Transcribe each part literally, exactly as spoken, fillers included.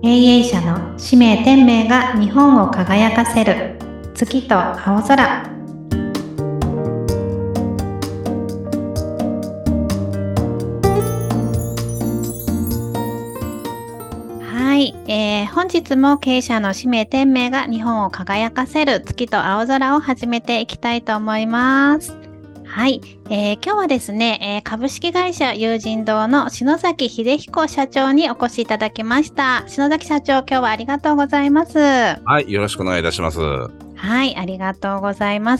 経営者の使命天命が日本を輝かせる月と青空。はい、えー、本日も経営者の使命天命が日本を輝かせる月と青空を始めていきたいと思います。はい、えー、今日はですね、えー、株式会社友人堂の篠崎秀彦社長にお越しいただきました。篠崎社長、今日はありがとうございます。 はい、よろしくお願いいたします。 はい、ありがとうございます。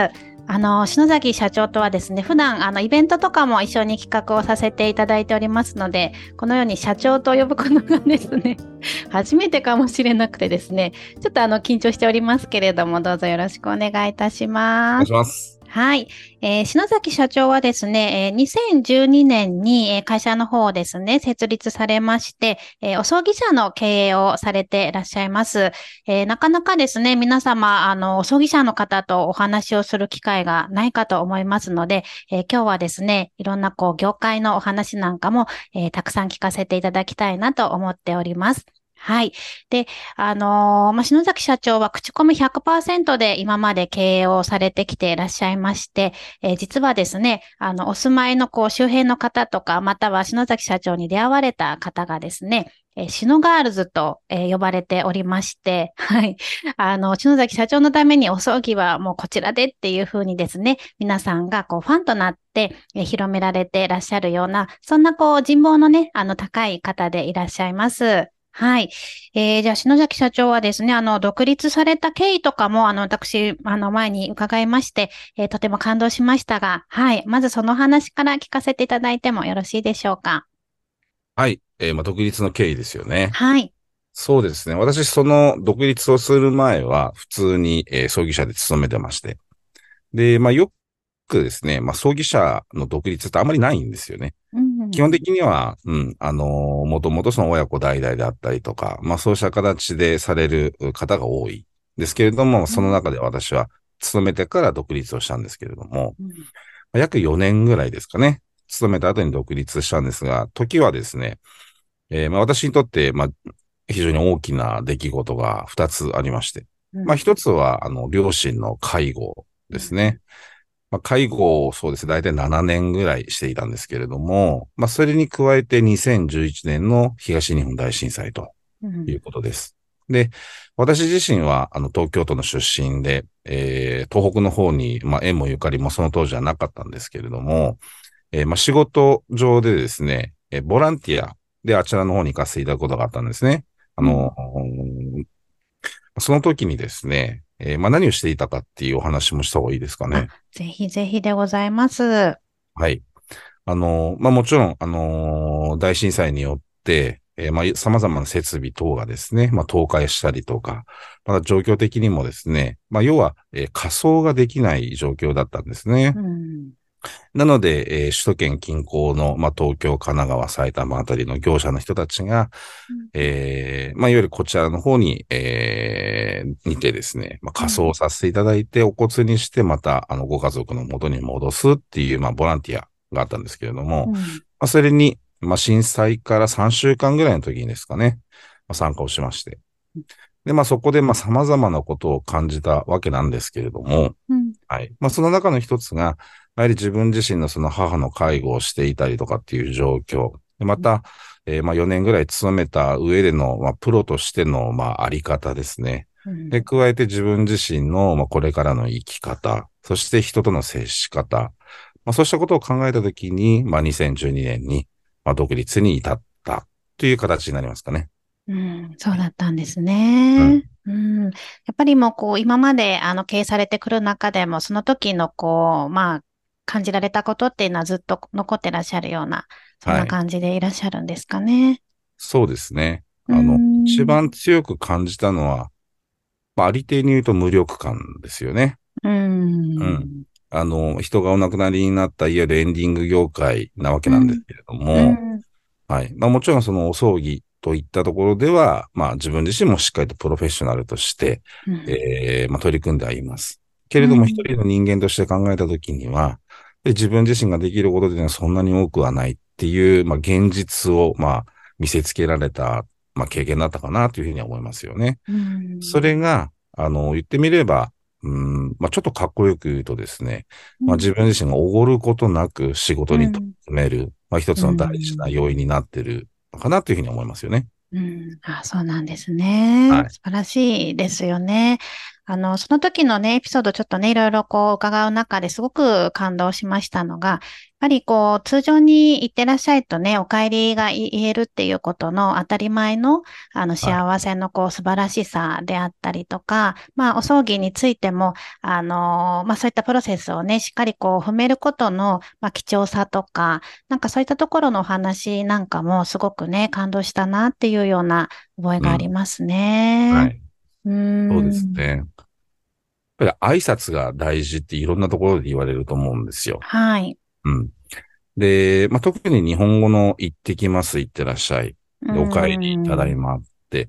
あの篠崎社長とはですね、普段あのイベントとかも一緒に企画をさせていただいておりますので、このように社長と呼ぶことがですね初めてかもしれなくてですね、ちょっとあの緊張しておりますけれども、どうぞよろしくお願いいたします。 お願いします。 はい、えー、篠崎社長はですね、えー、にせんじゅうにねんに、えー、会社の方をですね、設立されまして、えー、お葬儀社の経営をされていらっしゃいます。えー、なかなかですね、皆様、あの、お葬儀社の方とお話をする機会がないかと思いますので、えー、今日はですね、いろんなこう、業界のお話なんかも、えー、たくさん聞かせていただきたいなと思っております。はい。で、あのー、まあ、篠崎社長は口コミ ひゃくパーセント で今まで経営をされてきていらっしゃいまして、えー、実はですね、あの、お住まいのこう周辺の方とか、または篠崎社長に出会われた方がですね、えー、シノガールズと、えー、呼ばれておりまして、はい。あの、篠崎社長のためにお葬儀はもうこちらでっていうふうにですね、皆さんがこうファンとなって、えー、広められていらっしゃるような、そんなこう人望のね、あの高い方でいらっしゃいます。はい。えー、じゃあ、篠崎社長はですね、あの、独立された経緯とかも、あの、私、あの、前に伺いまして、えー、とても感動しましたが、はい。まずその話から聞かせていただいてもよろしいでしょうか。 はい、えー、まあ、独立の経緯ですよね。 はい。 そうですね。私、その独立をする前は、普通に、えー葬儀社で勤めてまして。で、まあ、よくですね、まあ、葬儀社の独立ってあんまりないんですよね。 うん。 基本的には、うん、あのーもともとその親子代々であったりとか、まあ、そうした形でされる方が多いですけれども、 うん。 その中で私は勤めてから独立をしたんですけれども、 うん。 約よねんぐらいですかね。勤めた後に独立したんですが、時はですね、えーまあ、私にとって、まあ、非常に大きな出来事がふたつありまして。まあ、 うん。 ひとつは、あの、両親の介護うん。 ですね。まあ、介護をそうですね、だいたいななねんぐらいしていたんですけれども、まあ、それに加えてにせんじゅういちねんの東日本大震災とうん。 いうことです。で、私自身は、あの、東京都の出身で、えー東北の方に、まあ、縁もゆかりもその当時はなかったんですけれども、えーまあ、仕事上でですね、えーボランティアであちらの方に行かせていただくことがあったんですね。あうん。 の、その時にですね、えーまあ、何をしていたかっていうお話もした方がいいですかあ、 ね。 ぜひぜひでございます。 はい。あの、まあ、もちろん、あのー大震災によって、えーまあ、様々な設備等がですね、まあ、倒壊したりとか、また状況的にもですね、まあ、要は、えー仮装ができない状況だったんですね。 うん。 なので、えー首都圏近郊の、まあ、東京、神奈川、埼玉あたりの業者の人たちが、 うん。 えーまあ、いわゆるこちらの方に、えー、似てですね、まあ、仮装うん。 させていただいて、お骨にして、また、あの、ご家族の元に戻すっていう、まあ、ボランティアがあったんですけれども、 うん。 まあ、それに、まあ、震災からさんしゅうかんぐらいの時にですかね、まあ、参加をしまして。で、まあ、そこで、まあ、様々なことを感じたわけなんですけれども、 うん。 はい。まあ、その中の一つが、やはり自分自身のその母の介護をしていたりとかっていう状況。でまた、えーまあよねんぐらい勤めた上での、まあ、プロとしての、まあ、あり方ですね。で、 うん。 加えて自分自身の、まあ、これからの生き方、そして人との接し方、まあ、そうしたことを考えたときに、まあ、にせんじゅうにねんに、まあ、独立に至ったという形になりますかね。 うん、そはい。 うだったんですうん。 ね。うん、やっぱりもうこう今まであの経営されてくる中でもその時のこうまあ感じられたことっていうのはずっと残ってらっしゃるようなそんはい。 な感じでいらっしゃるんですかね。 そうですね。 うあの、一ん。 番強く感じたのは、まあ、ありていに言うと無力感ですよね。 ううん。 ん。 あの、人がお亡くなりになったいわゆるエンディング業界なわけうん。 なんですけれども、 うん。 はい。まあもちろんそのお葬儀といったところでは、まあ自分自身もしっかりとプロフェッショナルとして、 うん。 えーまあ取り組んではいます。けれども一うん。 人の人間として考えたときには、で自分自身ができることというのはそんなに多くはないっていう、まあ現実を、まあ見せつけられた、 まあ、経験だったかなというふうには思いますよね。 うん。 それが、あの、言ってみれば、うん、まあ、ちょっとかっこよく言うとですね、まあ、 うん。 自分自身がおごることなく仕事に取うん。 り組める、まあ、一うつの大事なん。 要因になってるのかなというふうに思いますよね。 うん、あ、そうなんですね。 はい。 素晴らしいですよね。あの、その時のね、エピソードちょっとね、いろいろこう伺う中ですごく感動しましたのが、やっぱりこう、通常に行ってらっしゃいとね、お帰りが言えるっていうことの当たり前の、あの、 はい。 幸せのこう、素晴らしさであったりとか、まあ、お葬儀についても、あの、まあ、そういったプロセスをね、しっかりこう、踏めることの、まあ、貴重さとか、なんかそういったところのお話なんかもすごくね、感動したなっていうような覚えがありうん。 ますね。 はい。 うーそうですん。 ね。やっぱり挨拶が大事っていろんなところで言われると思うんですよ。 はい。 うん。で、まあ、特に日本語の行ってきます、行ってらっしゃい。 うーで、お帰り、ただいん。 まって、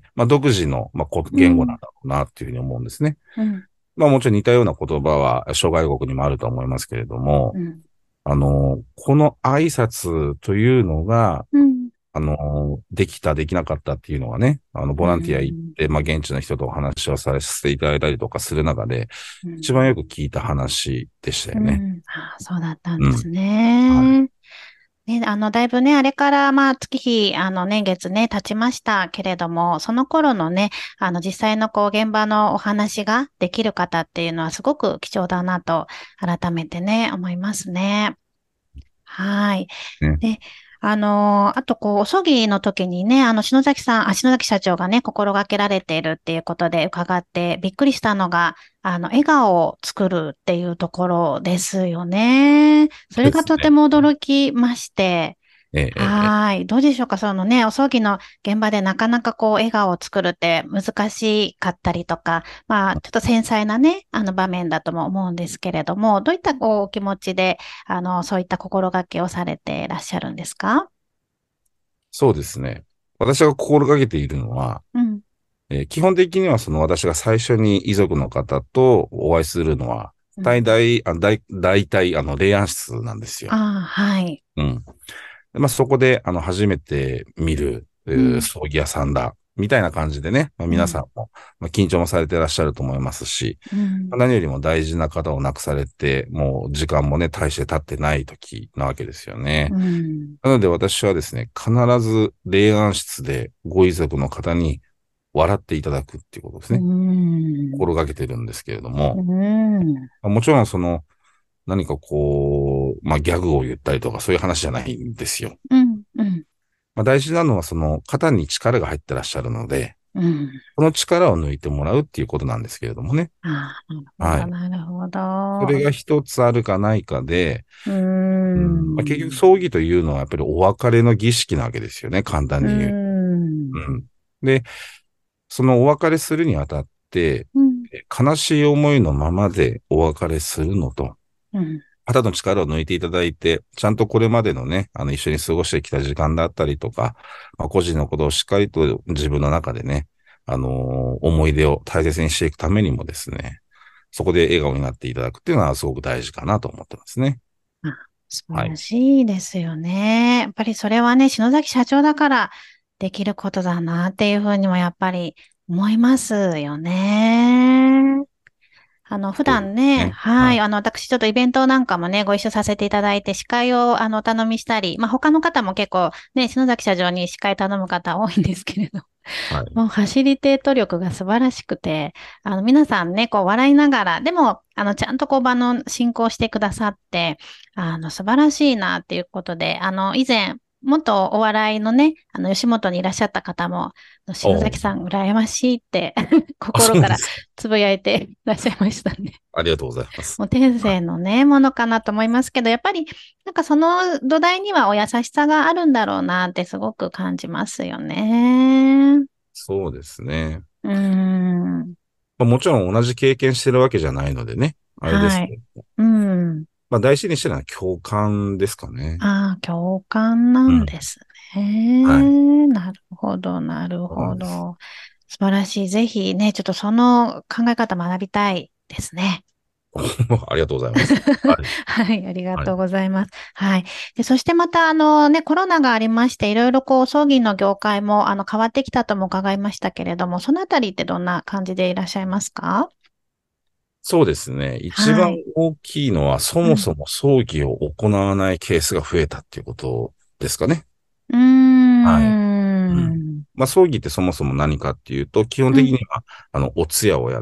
まあ、独自の、まあ、こうん。 言語なんだろうなっていうふうに思うんですね。 うん。 まあ、もちろん似たような言葉は諸外国にもあると思いますけれども、 うん。 あの、この挨拶というのが、 うん。 あの、できた、できなかったっていうのがね、あの、 うボランティア行っん。 て、まあ、現地の人とお話をさせていただいたりとかする中で、 うん。 一番よく聞いた話でしたよね。 うん。あ、そうだったんうん。 ですはい。 ね。ね、あの、だいぶね、あれから、まあ、月日、あの、年月ね、経ちましたけれども、その頃のね、あの、実際のこう、現場のお話ができる方っていうのはすごく貴重だなと、改めてね、思いますね。はい。 ね。 で、あのーあと、こう、お葬儀の時にね、あの、篠崎さん、あ、篠崎社長がね、心がけられているっていうことで伺ってびっくりしたのが、あの、笑顔を作るっていうところですよね。それがとてですね。 も驚きまして、 ええ、ええ、ええ。 はい。どうでしょうか、そのね、お葬儀の現場でなかなかこう、笑顔を作るって難しかったりとか、まあ、ちょっと繊細なね、あの場面だとも思うんですけれども、どういったこう、お気持ちで、あの、そういった心がけをされていらっしゃるんですか？ そうですね。私が心がけているのは、 うん。 えー基本的にはその私が最初に遺族の方とお会いするのは、 うん。 大体、あ、大、大体、あの、霊安室なんですよ。 ああ、はい。 うん。でまあ、そこで、あの、初めて見る、えうん。 ー葬儀屋さんだ、みたいな感じでね、まあ、 うん。 皆さんも、まあ、緊張もされていらっしゃると思いますし、 うん。 まあ何よりも大事な方を亡くされて、もう時間もね、大して経ってない時なわけですよね。 うん。 なので私はですね、必ず霊安室でご遺族の方に笑っていただくっていうことですうね。 ん。 心がけてるんですけれどうも、 ん。 まあもちろんその、何かこう、まあギャグを言ったりとかそういう話じゃないんですよ。 うん。うん。 まあ大事なのはその肩に力が入ってらっしゃるので、 うん。 その力を抜いてもらうっていうことなんですけれどもね。 ああ、なるほど、 はい。 なるほそれど。 が一つあるかないかで、 うーうん。まあ、結局ん。 葬儀というのはやっぱりお別れの儀式なわけですよね。簡単うーに言う。 ん。 うん。で、そのお別れするにあたって、 うん。 え悲しい思いのままでお別れするのと、 うん。 肩の力を抜いていただいて、ちゃんとこれまでのね、あの、一緒に過ごしてきた時間だったりとか、まあ、個人のことをしっかりと自分の中でね、あのー思い出を大切にしていくためにもですね、そこで笑顔になっていただくっていうのはすごく大事かなと思ってますね。 あ、素晴らはい。 しいですよね。やっぱりそれはね、篠崎社長だからできることだなっていうふうにもやっぱり思いますよね。あの、普そうで段ね、 すね。 はい、 はい。 あの、私ちょっとイベントなんかもね、ご一緒させていただいて、司会を、あの、お頼みしたり、まあ、他の方も結構、ね、篠崎社長に司会頼む方多いんですけれど、 はい。 もうファシリテート力が素晴らしくて、あの、皆さんね、こう、笑いながら、でも、あの、ちゃんとこう、場の進行してくださって、あの、素晴らしいなっていうことで、あの、以前、元お笑いのね、あの、吉本にいらっしゃった方も、篠おう。 崎さん羨ましいってあ、 心からそうですか。 つぶやいていらっしゃいましたね。 ありがとうございます。 もう天はい。 性のね、ものかなと思いますけど、やっぱり、なんかその土台にはお優しさがあるんだろうなってすごく感じますよね。 そうですね。 うーん。 まあ、もちろん同じ経験してるわけじゃないのでね。あれですはい。 けど。 うん。 まあ大事にしてるのは共感ですかね。 ああ、共感なうん。 んですはい。 ね。なるほど、なるそうなんです。 ほど。素晴らしい。ぜひね、ちょっとその考え方学びたいですね。 ありがとうございます。はい。 はい、ありがはい。 とうございます。はい。で、そしてまた、あのね、コロナがありまして、いろいろこう、葬儀の業界も、あの、変わってきたとも伺いましたけれども、そのあたりってどんな感じでいらっしゃいますか？ そうですね。一番はい。 大きいのは、そうん。 もそも葬儀を行わないケースが増えたっていうことですかね。 うーはい。うん。 ん。 まあ、葬儀ってそもそも何かっていうと、基本うん。 的には、あの、お通夜をやって、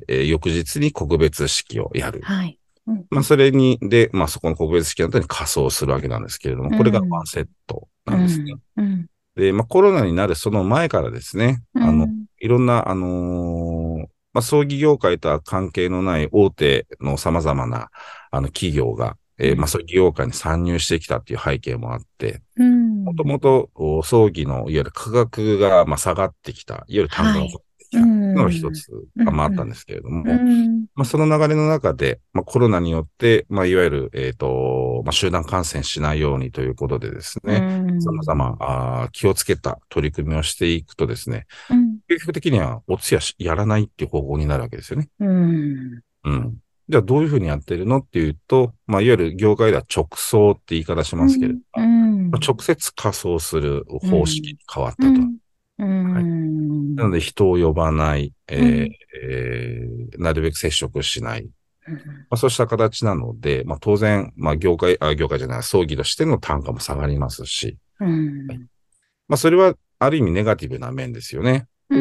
えー翌日に告別式をやる。 はい。うん。 まあ、それに、で、まあ、そこの告別式の後に仮装するわけなんですけれども、 うこれがワンん。 セットうなんですね。 ん。うん。 で、まあ、コロナになるその前からですね、あの、 うん。 いろんな、あのーまあ、葬儀業界とは関係のない大手の様々な、あの、企業が、えーまあ、 うん。 葬儀業界に参入してきたっていう背景もあって、 うもとん。 もと、お葬儀の、いわゆる価格が、まあ、下がってきた、いわゆる単価が下がはい。 ってきうたのが一ん。 つ、 うん。 あまあ、あうん。 ったんですけれどうも、 ん。 まあ、その流れの中で、まあ、コロナによって、まあ、いわゆる、えっと、まあ、集団感染しないようにということでですうね、様ん。 々、あー気をつけた取り組みをしていくとですね、 うん。 究極的にはお通夜しやらないっていう方向になるわけですよね。 うん。 うん。じゃあどういうふうにやってるのっていうと、まあ、いわゆる業界では直葬って言い方しますけれどうん。うも、まあ、 ん。 直接仮装する方式にうん。 変わったと。 うん。うはい。なのん。 で人を呼ばない、えうん。 ーえーなるべく接触しない。 うん。 まあ、そうした形なので、まあ、当然、まあ、業界、あ、業界じゃない、葬儀としての単価も下がりますし、 うはい。 ん。 まあ、それはある意味ネガティブな面ですよね。 うん。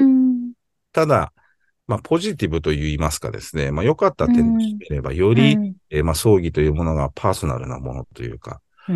ただ、まあ、ポジティブと言いますかですね、まあ、良かった点としてみれば、より、 うん。 えーまあ、葬儀というものがパーソナルなものというか、 うん。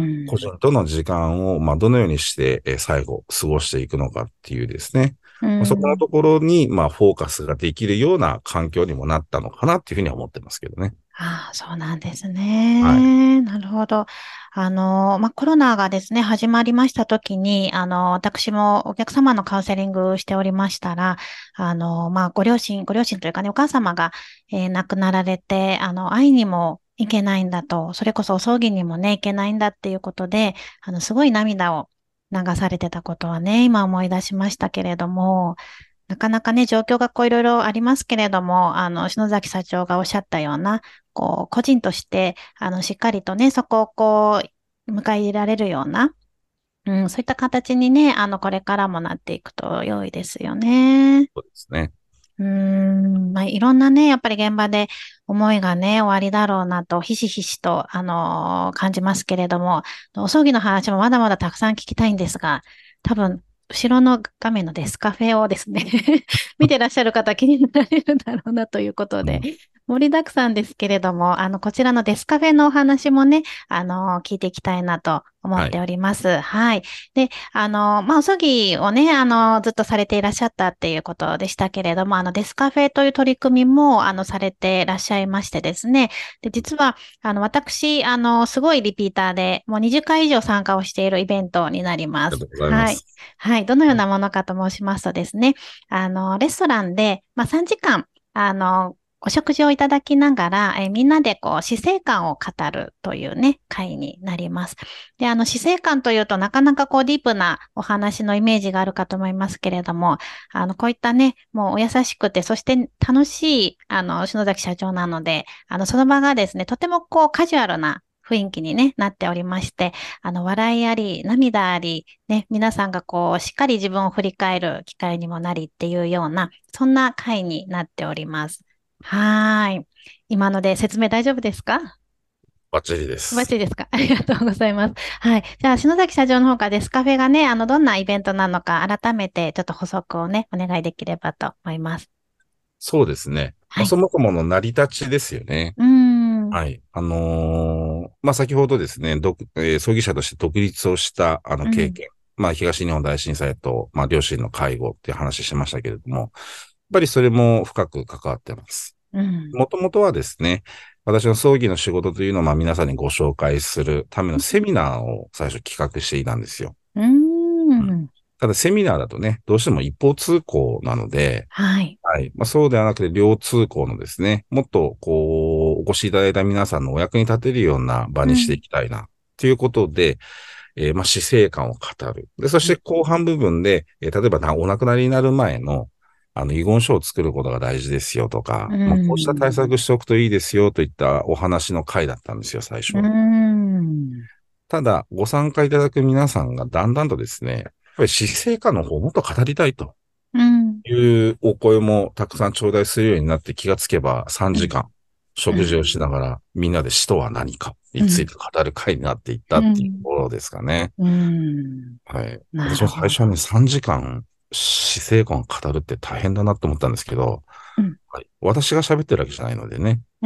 個人との時間を、まあ、どのようにして、えー最後、過ごしていくのかっていうですね、 うまあ、そこのん。 ところに、まあ、フォーカスができるような環境にもなったのかなっていうふうには思ってますけどね。 ああ、そうなんですはい。 ね。なるほど。あの、まあ、コロナがですね、始まりましたときに、あの、私もお客様のカウンセリングしておりましたら、あの、まあ、ご両親、ご両親というかね、お母様が、えー亡くなられて、あの、会いにも行けないんだと、それこそお葬儀にもね、行けないんだっていうことで、あの、すごい涙を流されてたことはね、今思い出しましたけれども、なかなかね、状況がこういろいろありますけれども、あの、篠崎社長がおっしゃったような、こう、個人として、あの、しっかりとね、そこをこう、迎え入れられるような、うん、そういった形にね、あの、これからもなっていくと良いですよね。 そうですね。 うーん、まあ、いろんなね、やっぱり現場で思いがね、終わりだろうなと、ひしひしと、あのー感じますけれども、お葬儀の話もまだまだたくさん聞きたいんですが、多分、後ろの画面のデスカフェをですね見てらっしゃる方気になられるだろうなということで、 うん。 盛りだくさんですけれども、あの、こちらのデスカフェのお話もね、あのー聞いていきたいなと思ってはい。 おります。はい。で、あの、まあ、お葬儀をね、あの、ずっとされていらっしゃったっていうことでしたけれども、あの、デスカフェという取り組みも、あの、されていらっしゃいましてですね。で、実は、あの、私、あの、すごいリピーターで、もうにじゅっかい以上参加をしているイベントになります。 ありがとうございまはい。 す。 はい。どのようはい。 なものかと申しますとですね、あの、レストランで、まあ、さんじかん、あの、お食事をいただきながら、えーみんなでこう、死生観を語るというね、会になります。で、あの、死生観というとなかなかこうディープなお話のイメージがあるかと思いますけれども、あの、こういったね、もうお優しくて、そして楽しい、あの、篠崎社長なので、あの、その場がですね、とてもこうカジュアルな雰囲気にね、なっておりまして、あの、笑いあり、涙あり、ね、皆さんがこう、しっかり自分を振り返る機会にもなりっていうような、そんな会になっております。はーい。今ので説明大丈夫ですか？ バッチリです。 バッチリですか？ありがとうございます。はい。じゃあ、篠崎社長の方からデスカフェがね、あの、どんなイベントなのか、改めてちょっと補足をね、お願いできればと思います。 そうですね。まあ、 はい。 そもそもの成り立ちですよね。 うーん。 はい。あのーまあ、先ほどですね、独えー葬儀社として独立をしたあのうん。 経験。まあ、東日本大震災と、まあ、両親の介護っていう話しましたけれども、やっぱりそれも深く関わってます。 うん。 もともとはですね、私の葬儀の仕事というのをまあ皆さんにご紹介するためのセミナーを最初企画していたんですよ。 うーうん。 ん。 ただセミナーだとね、どうしても一方通行なので、 はい。 はい。まあ、そうではなくて両通行のですね、もっとこう、お越しいただいた皆さんのお役に立てるような場にしていうん。 きたいな、ということで、えーまあ、死生観を語る。で、そして後半部分で、えー例えばなお亡くなりになる前の、 あの、遺言書を作ることが大事ですよとうか、まあ、こうした対ん。 策しておくといいですよといったお話の回だったんですよ、最初うは。 ん。 ただ、ご参加いただく皆さんがだんだんとですね、やっぱり死生観の方をもっと語りたいとうん。 いうお声もたくさん頂戴するようになって気がつけば3 うん。 時間食事をしながらみんなで死とは何かについうん。 て語る会になっていったっていうとうん。 ころですかね。 うん。 はい。 な私るほど。 も最初はね、さんじかん死生観を語るって大変だなと思ったんですけど、 うん。 はい、私が喋ってるわけじゃないのでね、 うん。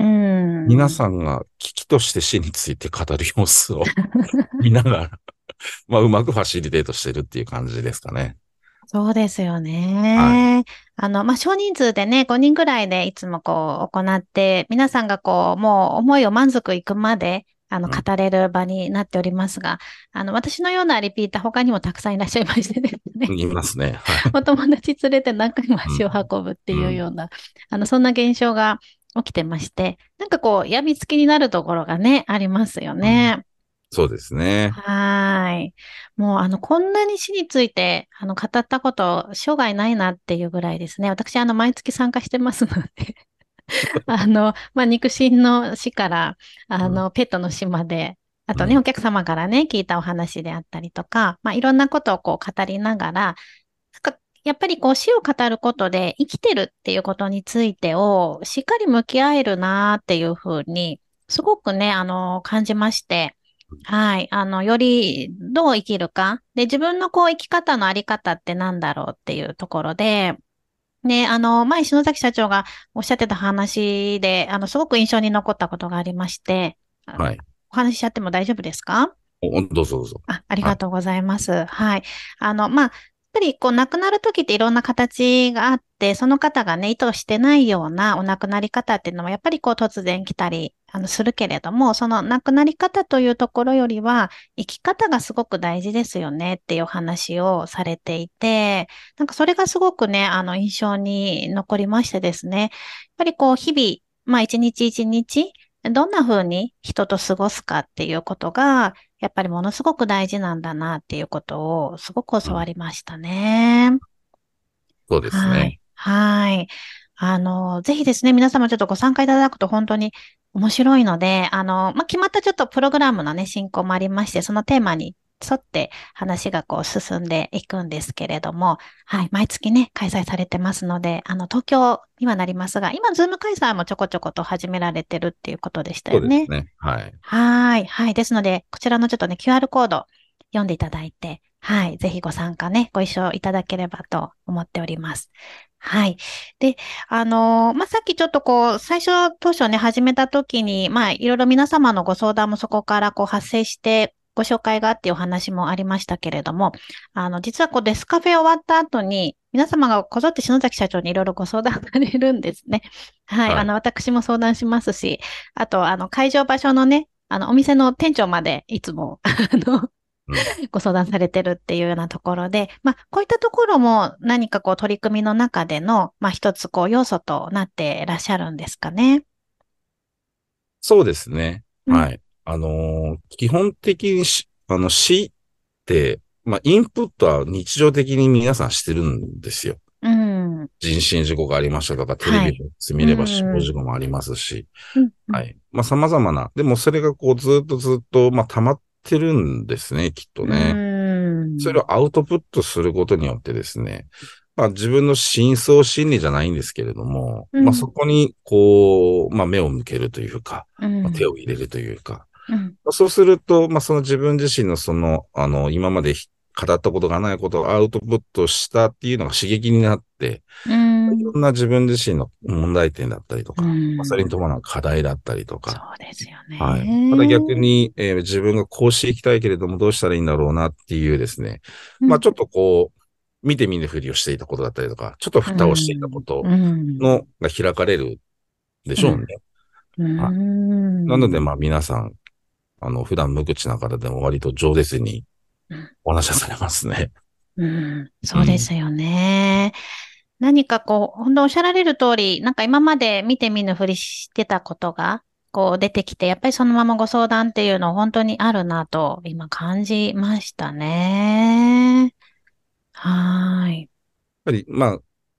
皆さんが危機として死について語る様子を見ながら、まあ、うまくファシリテートしてるっていう感じですかね。 そうですよはい。 ね。あの、まあ、少人数でね、ごにんぐらいでいつもこう行って、皆さんがこう、もう思いを満足いくまで、あの、 うん。 語れる場になっておりますが、あの、私のようなリピーター他にもたくさんいらっしゃいましてですね。 言いますね。はい。 お友達連れて何回も足をうん。 運ぶってうん。 いうような、あの、そんな現象が起きてまして、なんかこう、病みつきになるところがね、ありますようん。 ね。 そうですね。 はーい。もう、あの、こんなに死について、あの、語ったこと、生涯ないなっていうぐらいですね。私、あの、毎月参加してますので、あの、まあ、肉親の死から、あうん。 の、ペットの死まで、あとね、おうん。 客様からね、聞いたお話であったりとか、まあ、いろんなことをこう語りながら、なんか、やっぱりこう死を語ることで生きてるっていうことについてをしっかり向き合えるなっていうふうに、すごくね、あの、感じまして、はい。あの、よりどう生きるか。で、自分のこう生き方のあり方ってなんだろうっていうところで、ね、あの、前、篠崎社長がおっしゃってた話で、あの、すごく印象に残ったことがありまして、あはい。 お話ししちゃっても大丈夫ですか？ お、どうぞどうぞ。 あ、ありはい。 がとうございます。はい。あの、まあ、やっぱりこう亡くなる時っていろんな形があって、その方がね、意図してないようなお亡くなり方っていうのもやっぱりこう突然来たり、あの、するけれども、その亡くなり方というところよりは、生き方がすごく大事ですよねっていうお話をされていて、なんかそれがすごくね、あの、印象に残りましてですね。やっぱりこう、日々、まあ、一日一日、どんな風に人と過ごすかっていうことが、やっぱりものすごく大事なんだなっていうことをすごく教わうん。 りましたね。 そうですね。 はい。はい。あの、ぜひですね、皆様ちょっとご参加いただくと本当に面白いので、あの、まあ、決まったちょっとプログラムのね、進行もありまして、そのテーマに沿って話がこう進んでいくんですけれども、はい。毎月ね、開催されてますので、あの、東京にはなりますが、今、ズーム開催もちょこちょこと始められてるっていうことでしたよね。 そうですね。はい。 はい。はい。ですので、こちらのちょっとね、キューアール コード読んでいただいて、はい。ぜひご参加ね、ご一緒いただければと思っております。はい。で、あのーまあ、さっきちょっとこう、最初、当初ね、始めた時に、まあ、いろいろ皆様のご相談もそこからこう発生して、ご紹介があっていうお話もありましたけれども、あの、実はこうデスカフェ終わった後に、皆様がこぞって篠崎社長にいろいろご相談されるんですね。はい。 はい。 あの、私も相談しますし、あと、あの、会場場所のね、あの、お店の店長までいつも、あの、 うん。 ご相談されてるっていうようなところで、まあ、こういったところも何かこう取り組みの中での、まあ、一つこう要素となっていらっしゃるんですかね。 そうですね。 うん、 はい。あのー基本的にし、あの、死って、まあ、インプットは日常的に皆さんしてるんですよ。 うん、 人身事故がありましたとか、テレはい。 ビを見うれば死亡ん、 事故もありますし、 うん、うん、 はい。まあ、様々な、でもそれがこうずっとずっと、まあ、溜まってるんですね、きっとうね。それん、 をアウトプットすることによってですね、まあ、自分の深層心理じゃないんですけれども、まあ、 うん、 そこに、こう、まあ、目を向けるというか、 うまあ、手ん、 を入れるというか、 うん、 まあそうすると、まあ、その自分自身のその、あの、今まで語ったことがないことをアウトプットしたっていうのが刺激になって、 うん、 いろんな自分自身の問題点だったりとうか、まあ、それにん。 伴う課題だったりとそか、 うですよはい。ただ逆ね。 に、えー自分がこうしていきたいけれどもどうしたらいいんだろうなっていうですね、 うん、 まあちょっとこう、見て見ぬふりをしていたことだったりとか、ちょっとう蓋をしていたこん、 とうん、 のが開かれるでうん、 しょうね。 うはい。なのでん。 まあ皆さん、あの、普段無口な方でも割と饒舌にお話しされますね。 うん、そうでうん。 すよね。何かこう、本当おっしゃられる通り、なんか今まで見て見ぬふりしてたことが、こう出てきて、やっぱりそのままご相談っていうの本当にあるなと、今感じましたね。はーい。 ぱり、まあ、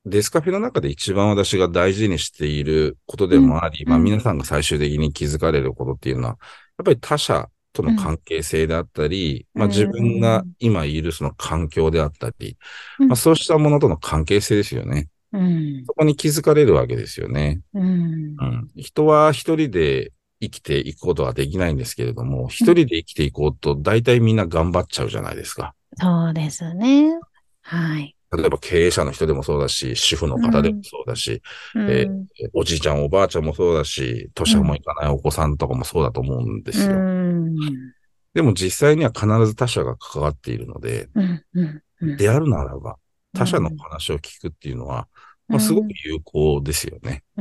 デスカフェの中で一番私が大事にしていることうん、 でもあり、 うん、 まあ皆さんが最終的に気づかれることっていうのは、やっぱり他者とのうん、 関係性であったり、 うまあ自分がん、 今いるその環境であったり、 うん、 まあそうしたものとの関係性ですよね。 うん、 そこに気づかれるわけですよね。 うん、 うん。人は一人で生きていくことはできないんですけれども、 うん、 一人で生きていこうと大体みんな頑張っちゃうじゃないですか。 そうですね。はい。 例えば経営者の人でもそうだし、主婦の方でもうん、 そうだし、 うえん、 ーおじいちゃんおばあちゃんもそうだし、 うん、 年もいかないお子さんとかもそうだと思うんでうすよ。 ん、 でも実際には必ず他者が関わっているので、 うん、うん、うん、 であるならば、他者のうん、 話を聞くっていうのは、まあ、すごくうん、 有効ですよね。 うん。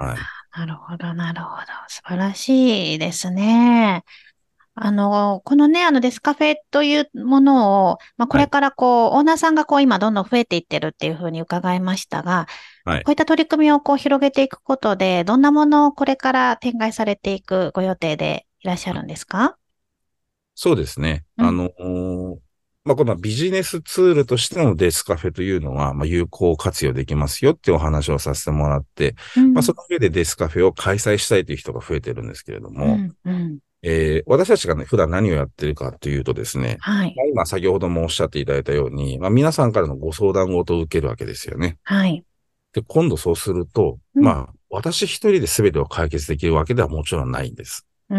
はい。 なるほど、なるほど。素晴らしいですね。あの、このね、あのデスカフェというものを、まあ、こはい。 れからこう、オーナーさんがこう、今どんどん増えていってるっていうふうに伺いましたが、 はい。 こういった取り組みをこう、広げていくことで、どんなものをこれから展開されていくご予定でいらっしゃるんですか？ そうですね。 うん、 あのーまあ、このビジネスツールとしてのデスカフェというのは、まあ、有効活用できますよっていうお話をさせてもらって、まあ、そうん、 の上でデスカフェを開催したいという人が増えてるんですけれども、 うん、うん。 えー私たちがね、普段何をやってるかというとですね、 はい、 まあ、今先ほどもおっしゃっていただいたように、まあ、皆さんからのご相談事を受けるわけですよね。 はい。 で、今度そうすると、 うん、 まあ、私一人で全てを解決できるわけではもちろんないんです。 うん、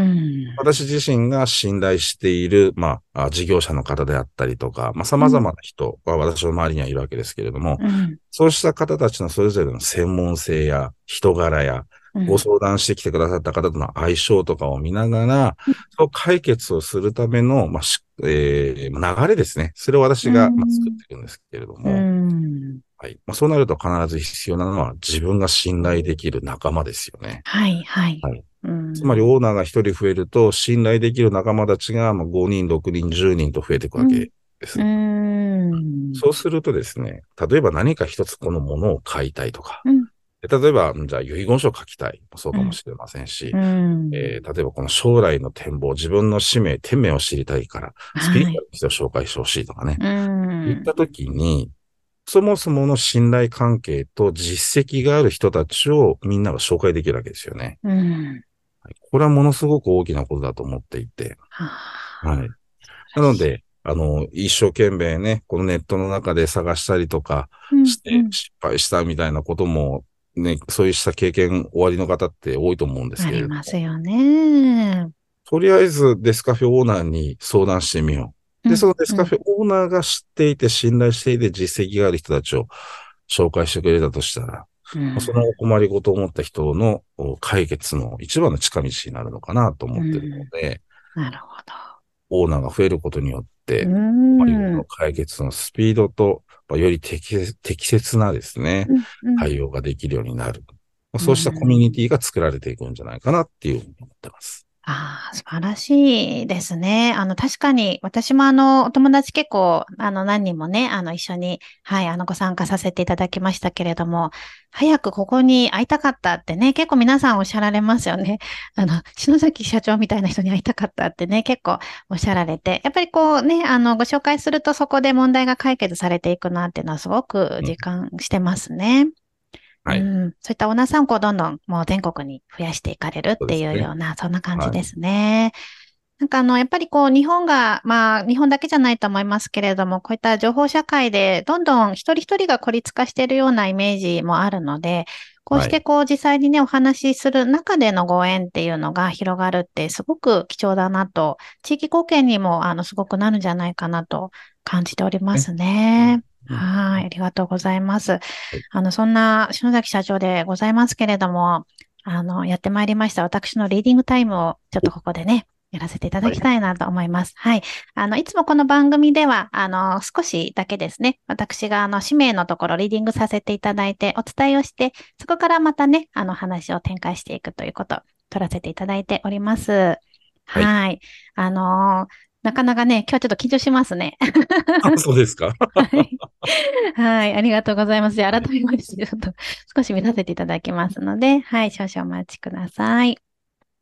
私自身が信頼している、まあ、あ事業者の方であったりとか、まあ、 うん、 様々な人は私の周りにはいるわけですけれども、 うん、 そうした方たちのそれぞれの専門性や人柄や、ごうん、 相談してきてくださった方との相性とかを見ながら、その解決をするための、まあしえー流れですね。それをう私が、まあ、作っん、 ているんですけれどうも、 ん。 はい。まあ、そうなると必ず必要なのは自分が信頼できる仲間ですよね。 はい、はい。 はい。 うん、 つまりオーナーがひとり増えると、信頼できる仲間たちがまあごにん、ろくにん、じゅうにんと増えていくうん、 わけでうす。 ん、 そうするとですね、例えば何か一つこのものを買いたいとか、 うん、 例えば、じゃあ遺言書を書きたい。そううん、 かもしれませんし、 うん。 えー例えばこの将来の展望、自分の使命、天命を知りたいから、スピリはい。 チュアルな人を紹介してほしいとかね。 うん。 言ったときに、そもそもの信頼関係と実績がある人たちをみんなが紹介できるわけですよね。 うん。 はい、これはものすごく大きなことだと思っていて。 はあ、 はい。 素晴らしい。 なので、あの、一生懸命ね、このネットの中で探したりとかうん、 してうん。 失敗したみたいなことも、ね、そういうした経験おありの方って多いと思うんですありけれども、 ますよね。 とりあえずデスカフェオーナーに相談してみよう。で、そうん、 のデスうん、 カフェオーナーが知っていて、信頼していて、実績がある人たちを紹介してくれたとしたら、 うん、 そのお困りごとを持った人の解決の一番の近道になるのかなとう思っているのん。 で、 なるほオーナーが増えることによっど。うて、困りごとのん、 解決のスピードと、まあより適適切なですね、 うん、うん、 対応ができるようになる。まあうそうしたコミュニん。 ティが作られていくんじゃないかなっていうふうに思ってます。 ああ、素晴らしいですね。あの、確かに、私もあの、お友達結構、あの、何人もね、あの、一緒に、はい、あの、ご参加させていただきましたけれども、早くここに会いたかったってね、結構皆さんおっしゃられますよね。あの、篠崎社長みたいな人に会いたかったってね、結構おっしゃられて、やっぱりこうね、あの、ご紹介するとそこで問題が解決されていくなっていうのはすごくうん。 実感してますね。うはい。 ん、そういったオーナーさんをこうどんどんもう全国に増やしていかれるってそうですね。 いうような、そんな感じはい。 ですね。なんかあの、やっぱりこう、日本が、まあ、日本だけじゃないと思いますけれども、こういった情報社会で、どんどん一人一人が孤立化しているようなイメージもあるので、こうしはい。 てこう、実際にね、お話しする中でのご縁っていうのが広がるって、すごく貴重だなと、地域貢献にも、あの、すごくなるんじゃないかなと感じておりまね。 すうん。 ね。 うん。 はい、ありがとうございます。 はい。 あの、そんな篠崎社長でございますけれども、あの、やってまいりました私のリーディングタイムをちょっとここでね、やらせていただはい。 きたいなと思います。はい。あの、いつもこの番組では、あの、少しだけですね、私があの、氏名のところリーディングさせていただいてお伝えをして、そこからまたね、あの、話を展開していくということ、取らせていただいております。 はい。 はい。あのなかなかね、今日ちょっと緊張しますね。 あ、そうですか。 はい。はい。ありがとうございます。じゃあ、 はい。 改めまして、ちょっと少し見させていただきますので、はい。少々お待ちください。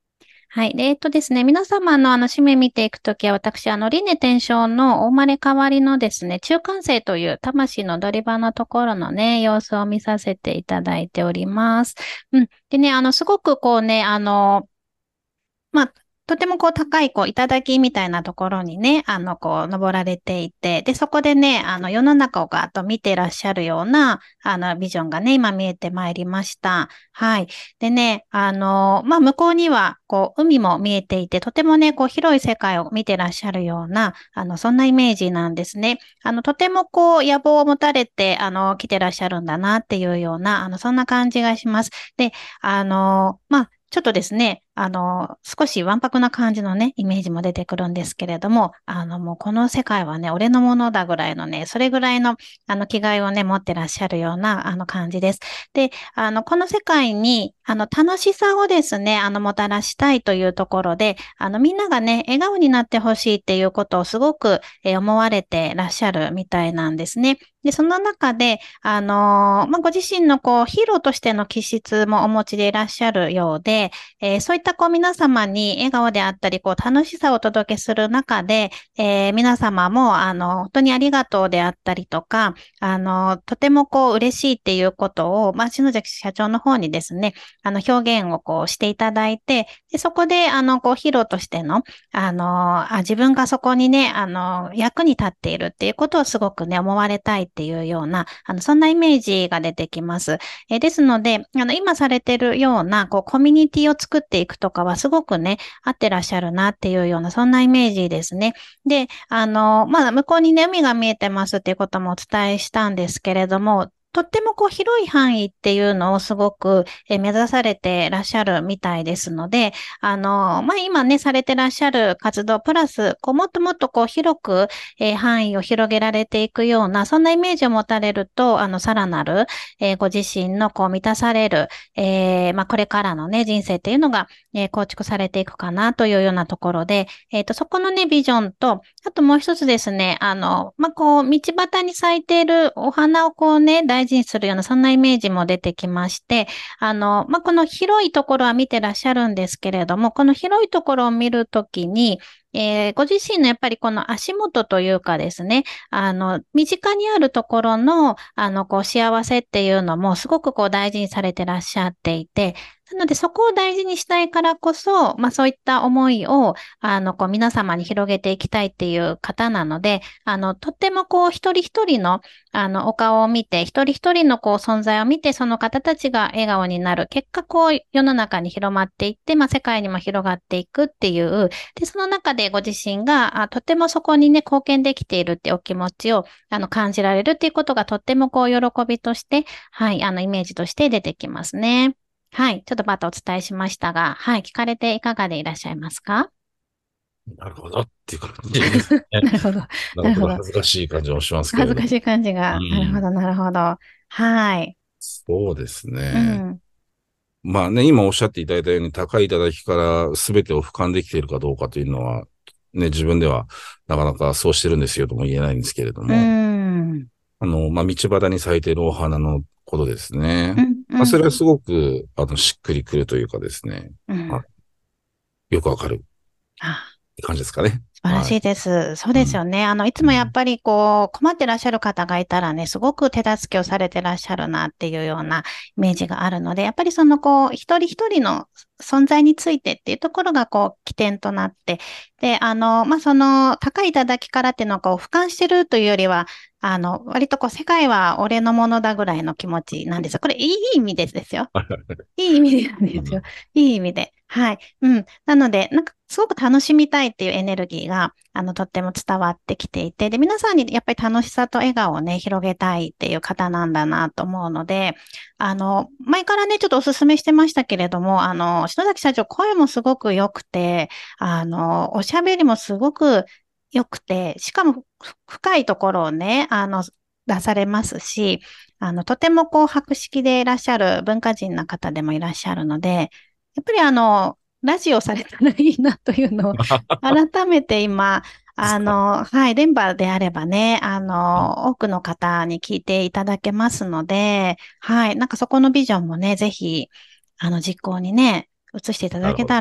はい。で、えっとですね、皆様のあの、紙面見ていくときは、私、あの、輪廻転生のお生まれ変わりのですね、中間生という魂の踊り場のところのね、様子を見させていただいております。うん。でね、あの、すごくこうね、あの、まあ、とてもこう高いこう頂みたいなところにね、あのこう登られていて、で、そこでね、あの世の中をガーッと見てらっしゃるような、あのビジョンがね、今見えてまいりました。はい。でね、あの、まあ、向こうにはこう海も見えていて、とてもね、こう広い世界を見てらっしゃるような、あの、そんなイメージなんですね。あの、とてもこう野望を持たれて、あの、来てらっしゃるんだなっていうような、あの、そんな感じがします。で、あの、まあ、ちょっとですね、あの、少しわんぱくな感じのね、イメージも出てくるんですけれども、あの、もうこの世界はね、俺のものだぐらいのね、それぐらいの、あの、気概をね、持ってらっしゃるような、あの、感じです。で、あの、この世界に、あの、楽しさをですね、あの、もたらしたいというところで、あの、みんながね、笑顔になってほしいっていうことをすごく、えー思われてらっしゃるみたいなんですね。で、その中で、あのーまあ、ご自身のこう、ヒーローとしての気質もお持ちでいらっしゃるようで、えーそういったこう皆様に笑顔であったり、こう楽しさをお届けする中で、えー皆様もあの本当にありがとうであったりとか、あのとてもこう嬉しいっていうことを、まあ、篠崎社長の方にですね、あの表現をこうしていただいて、でそこであのこうヒーローとしての、あのあ自分がそこにね、あの役に立っているっていうことをすごくね、思われたいっていうような、あのそんなイメージが出てきます。えーですので、あの、今されてるような、こう、コミュニティを作っていくとかはすごくね、合ってらっしゃるなっていうような、そんなイメージですね。で、あの、まだ向こうにね、海が見えてますっていうこともお伝えしたんですけれども、とってもこう広い範囲っていうのをすごくえー目指されてらっしゃるみたいですので、あの、まあ、今ね、されてらっしゃる活動プラス、こう、もっともっとこう広く、えー範囲を広げられていくような、そんなイメージを持たれると、あの、さらなる、えーご自身のこう満たされる、えーまあ、これからのね、人生っていうのが、えー構築されていくかなというようなところで、えっと、そこのね、ビジョンと、あともう一つですね、あの、まあ、こう、道端に咲いているお花をこうね、大事にするような、そんなイメージも出てきまして、あの、まあ、この広いところは見てらっしゃるんですけれども、この広いところを見るときに、えーご自身のやっぱりこの足元というかですね、あの、身近にあるところの、あの、こう、幸せっていうのもすごくこう大事にされてらっしゃっていて、なのでそこを大事にしたいからこそ、まあそういった思いを、あの、こう皆様に広げていきたいっていう方なので、あの、とってもこう一人一人の、あの、お顔を見て、一人一人のこう存在を見て、その方たちが笑顔になる。結果こう世の中に広まっていって、まあ世界にも広がっていくっていう、で、その中でご自身が、あ、とてもそこにね、貢献できているってお気持ちを、あの、感じられるっていうことがとってもこう、喜びとして、はい、あの、イメージとして出てきますね。はい。ちょっとバッとお伝えしましたが、はい。聞かれていかがでいらっしゃいますか？ なるほどっていう感じですね。 なるほど。 なんかちょっとなるほど。 恥ずかしい感じもしますけれど。 恥ずかしい感じうが。なるほん。 ど、なるほど。はい。 そうですね。 うん。 まあね、今おっしゃっていただいたように、高い頂から全てを俯瞰できているかどうかというのは、ね、自分ではなかなかそうしてるんですよとも言えないんですけれどうも、 ん。 あの、まあ、道端に咲いているお花のことですね。 うん。うまあ、それはん。 すごく、あの、しっくりくるというかですね、あ、 うん。 よくわかるあ、 って感じですかね。 素晴らしいはい。 です。そううん。 ですよね。あの、いつうん。 もやっぱりこう、困ってらっしゃる方がいたらね、すごく手助けをされてらっしゃるなっていうようなイメージがあるので、やっぱりそのこう、一人一人の存在についてっていうところがこう、起点となって、で、あの、まあ、その、高い頂からっていうのをこう、俯瞰してるというよりは、あの、割とこう、世界は俺のものだぐらいの気持ちなんですよ。これいい意味でですよ。いい意味でなんですよ。 うん。 いい意味で。はい。うん。なので、なんか、すごく楽しみたいっていうエネルギーが、あの、とっても伝わってきていて、で、皆さんにやっぱり楽しさと笑顔をね、広げたいっていう方なんだなと思うので、あの、前からね、ちょっとお勧めしてましたけれども、あの、篠崎社長、声もすごく良くて、あの、おしゃべりもすごく良くて、しかもふ深いところをね、あの、出されますし、あの、とてもこう、博識でいらっしゃる文化人な方でもいらっしゃるので、やっぱりあの、ラジオされたらいいなというのを改めて今、 ですか。 あの、はい、電波であればね、あうん。 の、多くの方に聞いていただけますので、はい、なんかそこのビジョンもね、ぜひ、あの、実行にね、移していただなるほど。 けたら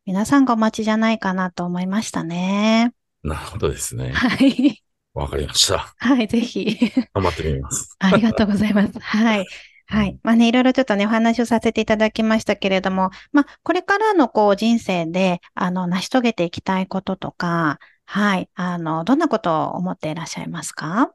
皆さんがお待ちじゃないかなと思いましたね。 なるほどですね。 はい。 わかりました。 はい、ぜひ。 頑張ってみます。 ありがとうございます。はい。はい。 うん、 まあね、いろいろちょっとね、お話をさせていただきましたけれども、まあ、これからのこう人生で、あの、成し遂げていきたいこととか、はい。あの、どんなことを思っていらっしゃいますか？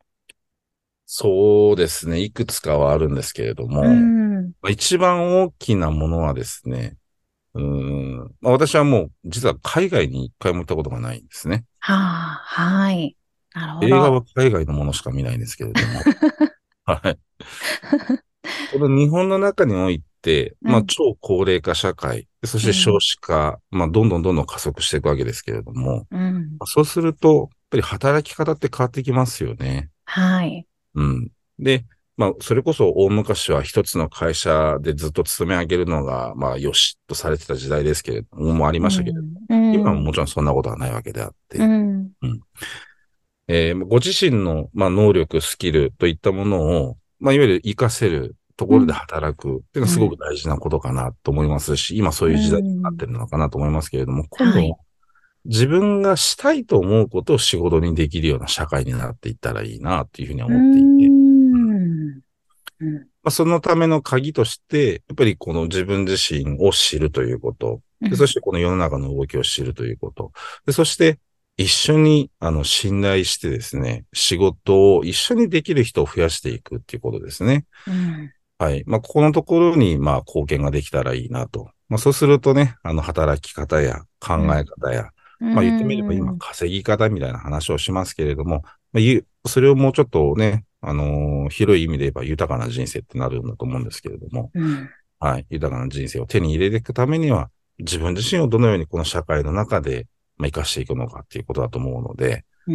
そうですね。いくつかはあるんですけれどうも、 ん。 まあ一番大きなものはですね、うーん、まあ、私はもう実は海外に一回も行ったことがないんですね。 はあ、はい。なるほ映画はど。 海外のものしか見ないんですけれども、はい。この日本の中において、まあうん、 超高齢化社会、そして少うん、 子化、まあどんどんどんどん加速していくわけですけれども、 うん。 そうすると、やっぱり働き方って変わってきますよね。 はい。 うん。で、まあ、それこそ大昔は一つの会社でずっと勤め上げるのが、まあ、よしとされてた時代ですけれども、もありましたけれども、 うん、う今はもん、 ちろんそんなことはないわけであっうて、 ん、 うん。えーご自身の、まあ、能力、スキルといったものを、まあ、いわゆる活かせるところでうん、 働くっていうのはすごくうん、 大事なことかなと思いますし、今そうういう時代になっん。 てるのかなと思いますけれども、今はい。 度は自分がしたいと思うことを仕事にできるような社会になっていったらいいなというふうにはうー思っていて、 ん。うん、 まあ、そのための鍵として、やっぱりこの自分自身を知るということ。で、そうん、 してこの世の中の動きを知るということ。で、そして一緒に、あの、信頼してですね、仕事を一緒にできる人を増やしていくっていうことですね。 うん、 はい。まあ、ここのところに、まあ、貢献ができたらいいなと。まあ、そうするとね、あの、働き方や考うん、 え方や、 うまあ、言ってみれば今、 ん、 稼ぎ方みたいな話をしますけれども、まあ、ゆそれをもうちょっとね、あのー広い意味で言えば豊かな人生ってなるんだと思うんですけれども、 うん、 はい。豊かな人生を手に入れていくためには、自分自身をどのようにこの社会の中で、まあ、生かしていくのかっていうことだと思うので、 うん、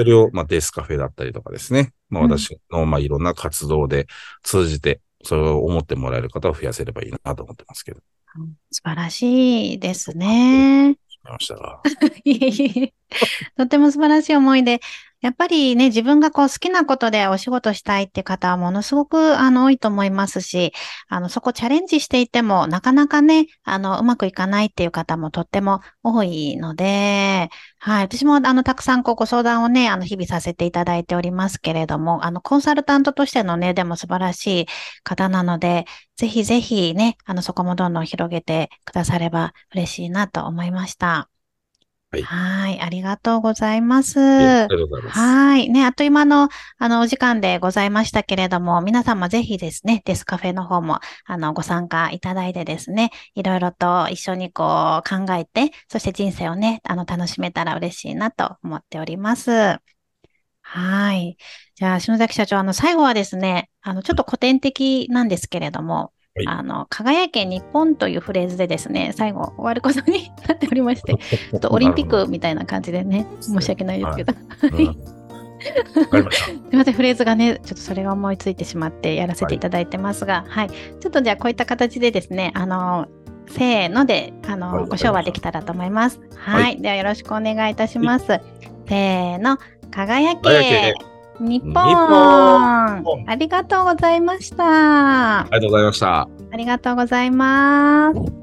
それを、まあ、デスカフェだったりとかですね。まあ、 うん。 私の、まあ、いろんな活動で通じて、それを思ってもらえる方を増やせればいいなと思ってますけど。 素晴らしいですちょっとかっこよくね。 しましたが。 いえいえ。とても素晴らしい思いで、やっぱりね、自分がこう好きなことでお仕事したいって方はものすごくあの多いと思いますし、あのそこチャレンジしていてもなかなかね、あのうまくいかないっていう方もとっても多いので、はい、私もあのたくさんこうご相談をね、あの日々させていただいておりますけれども、あのコンサルタントとしてのね、でも素晴らしい方なので、ぜひぜひね、あのそこもどんどん広げてくだされば嬉しいなと思いました。 はい。 はい、ありがとうございます。 えありがとうございます。 はい。ね、あっという間の、あの、お時間でございましたけれども、皆さんもぜひですね、デスカフェの方も、あの、ご参加いただいてですね、いろいろと一緒にこう考えて、そして人生をね、あの、楽しめたら嬉しいなと思っております。はい。じゃあ、篠崎社長、あの、最後はですね、あの、ちょっと古典的なんですけれども、 はい。 あの、輝け日本というフレーズでですね、最後終わることになっておりまして、ちょっとオリンピッなるほど。 クみたいな感じでね、 ですね。 申し訳ないですはい。 けど。 うん。わはい。 かりました。 すみません、フレーズがね、ちょっとそれが思いついてしまってやらせはい。 ていただいてますが、はい。ちょっとじゃあこういった形でですね、あの、せーので、あはい。 の、ご唱わかりました。 和できたらと思います。 はい。 はい。ではよろしくお願いいたしはい。 ます。せーの、輝け、 輝け、 日本。 日あ本。 りがとうございました。あありがとうございました。 りがとうございます。